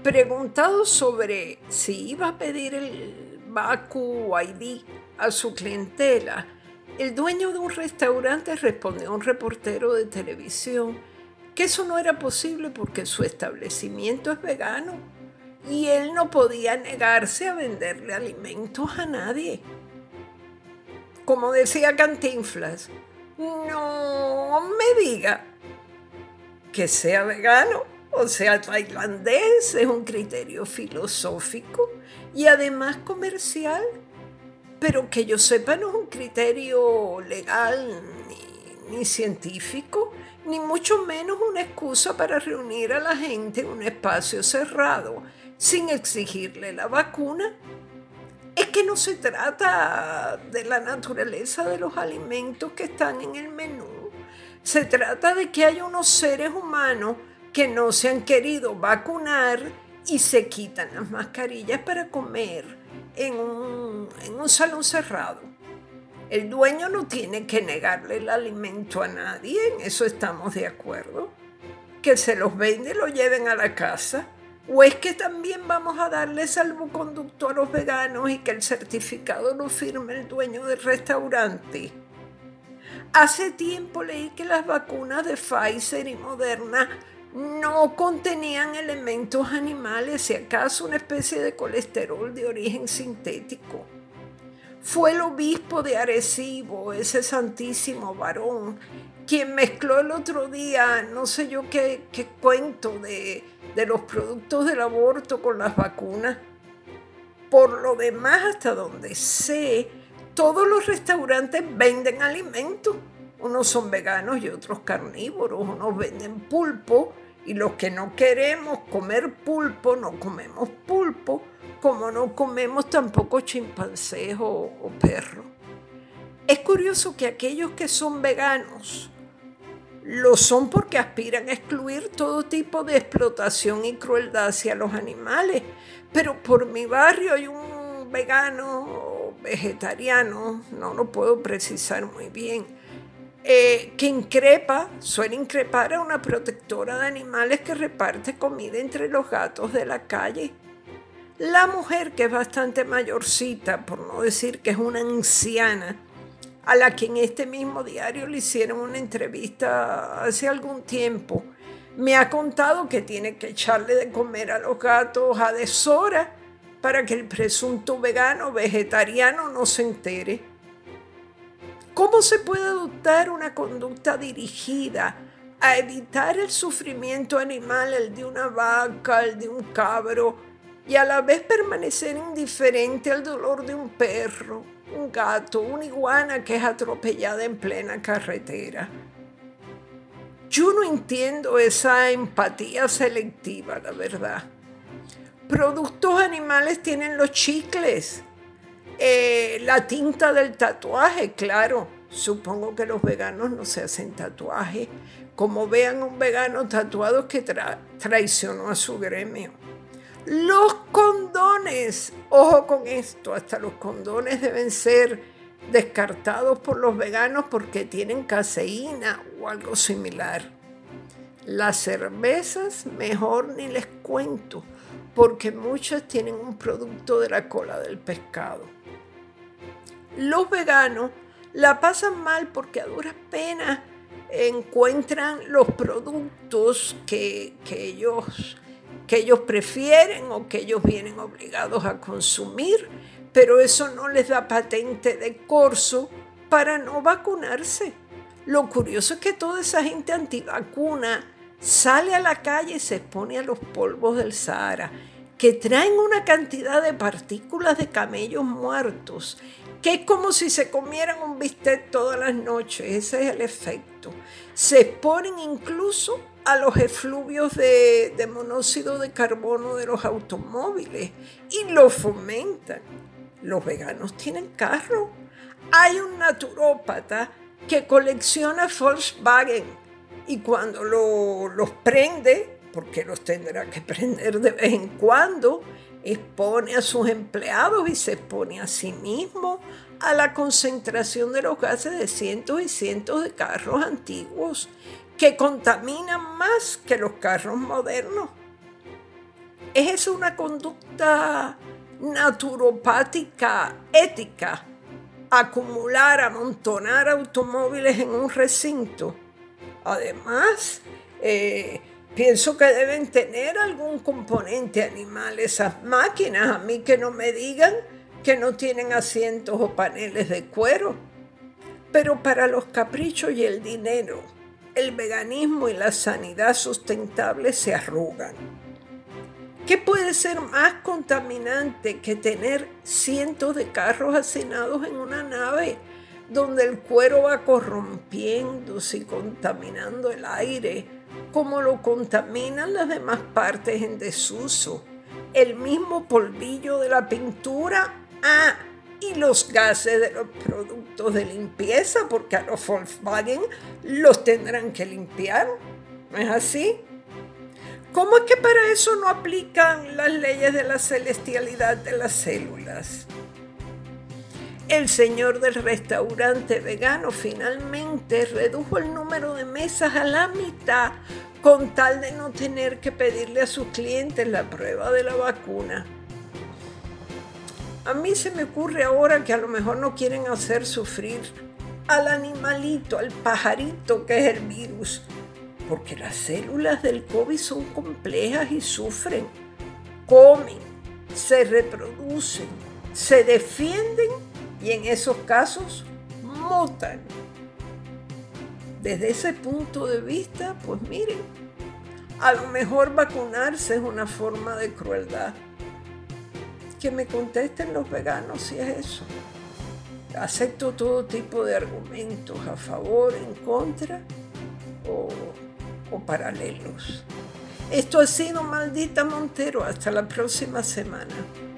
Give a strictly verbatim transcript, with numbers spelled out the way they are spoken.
Preguntado sobre si iba a pedir el Baku I D a su clientela, el dueño de un restaurante respondió a un reportero de televisión que eso no era posible porque su establecimiento es vegano y él no podía negarse a venderle alimentos a nadie. Como decía Cantinflas, no me diga que sea vegano o sea tailandés, es un criterio filosófico y además comercial, pero que yo sepa no es un criterio legal ni, ni científico, ni mucho menos una excusa para reunir a la gente en un espacio cerrado sin exigirle la vacuna. Es que no se trata de la naturaleza de los alimentos que están en el menú. Se trata de que hay unos seres humanos que no se han querido vacunar y se quitan las mascarillas para comer en un, en un salón cerrado. El dueño no tiene que negarle el alimento a nadie, en eso estamos de acuerdo. Que se los vende y lo lleven a la casa. ¿O es que también vamos a darle salvoconducto a los veganos y que el certificado lo firme el dueño del restaurante? Hace tiempo leí que las vacunas de Pfizer y Moderna no contenían elementos animales, si acaso una especie de colesterol de origen sintético. Fue el obispo de Arecibo, ese santísimo varón, quien mezcló el otro día, no sé yo qué, qué cuento de, de los productos del aborto con las vacunas. Por lo demás, hasta donde sé, todos los restaurantes venden alimentos. Unos son veganos y otros carnívoros, unos venden pulpo y los que no queremos comer pulpo no comemos pulpo, como no comemos tampoco chimpancés o, o perros. Es curioso que aquellos que son veganos lo son porque aspiran a excluir todo tipo de explotación y crueldad hacia los animales, pero por mi barrio hay un vegano o vegetariano, no lo puedo precisar muy bien, Eh, que increpa, suele increpar a una protectora de animales que reparte comida entre los gatos de la calle. La mujer, que es bastante mayorcita, por no decir que es una anciana, a la que en este mismo diario le hicieron una entrevista hace algún tiempo, me ha contado que tiene que echarle de comer a los gatos a deshora para que el presunto vegano vegetariano no se entere. ¿Cómo se puede adoptar una conducta dirigida a evitar el sufrimiento animal, el de una vaca, el de un cabro, y a la vez permanecer indiferente al dolor de un perro, un gato, una iguana que es atropellada en plena carretera? Yo no entiendo esa empatía selectiva, la verdad. Productos animales tienen los chicles. Eh, la tinta del tatuaje, claro, supongo que los veganos no se hacen tatuaje. Como vean un vegano tatuado que tra- traicionó a su gremio. Los condones, ojo con esto, hasta los condones deben ser descartados por los veganos porque tienen caseína o algo similar. Las cervezas, mejor ni les cuento, porque muchas tienen un producto de la cola del pescado. Los veganos la pasan mal porque a duras penas encuentran los productos que, que, ellos, que ellos prefieren o que ellos vienen obligados a consumir, pero eso no les da patente de corso para no vacunarse. Lo curioso es que toda esa gente antivacuna sale a la calle y se expone a los polvos del Sahara, que traen una cantidad de partículas de camellos muertos, que es como si se comieran un bistec todas las noches. Ese es el efecto. Se exponen incluso a los efluvios de, de monóxido de carbono de los automóviles y lo fomentan. Los veganos tienen carro. Hay un naturópata que colecciona Volkswagen y cuando lo, los prende, porque los tendrá que prender de vez en cuando, expone a sus empleados y se expone a sí mismo a la concentración de los gases de cientos y cientos de carros antiguos que contaminan más que los carros modernos. ¿Es eso una conducta naturopática ética? Acumular, amontonar automóviles en un recinto. Además, eh, pienso que deben tener algún componente animal esas máquinas. A mí que no me digan que no tienen asientos o paneles de cuero. Pero para los caprichos y el dinero, el veganismo y la sanidad sustentable se arrugan. ¿Qué puede ser más contaminante que tener cientos de carros hacinados en una nave donde el cuero va corrompiéndose y contaminando el aire, como lo contaminan las demás partes en desuso? El mismo polvillo de la pintura, ah, y los gases de los productos de limpieza, porque a los Volkswagen los tendrán que limpiar, ¿no es así? ¿Cómo es que para eso no aplican las leyes de la celestialidad de las células? El señor del restaurante vegano finalmente redujo el número de mesas a la mitad con tal de no tener que pedirle a sus clientes la prueba de la vacuna. A mí se me ocurre ahora que a lo mejor no quieren hacer sufrir al animalito, al pajarito que es el virus, porque las células del COVID son complejas y sufren, comen, se reproducen, se defienden y en esos casos mutan. Desde ese punto de vista, pues miren, a lo mejor vacunarse es una forma de crueldad. Que me contesten los veganos si es eso. Acepto todo tipo de argumentos a favor, en contra o, o paralelos. Esto ha sido Maldita Montero. Hasta la próxima semana.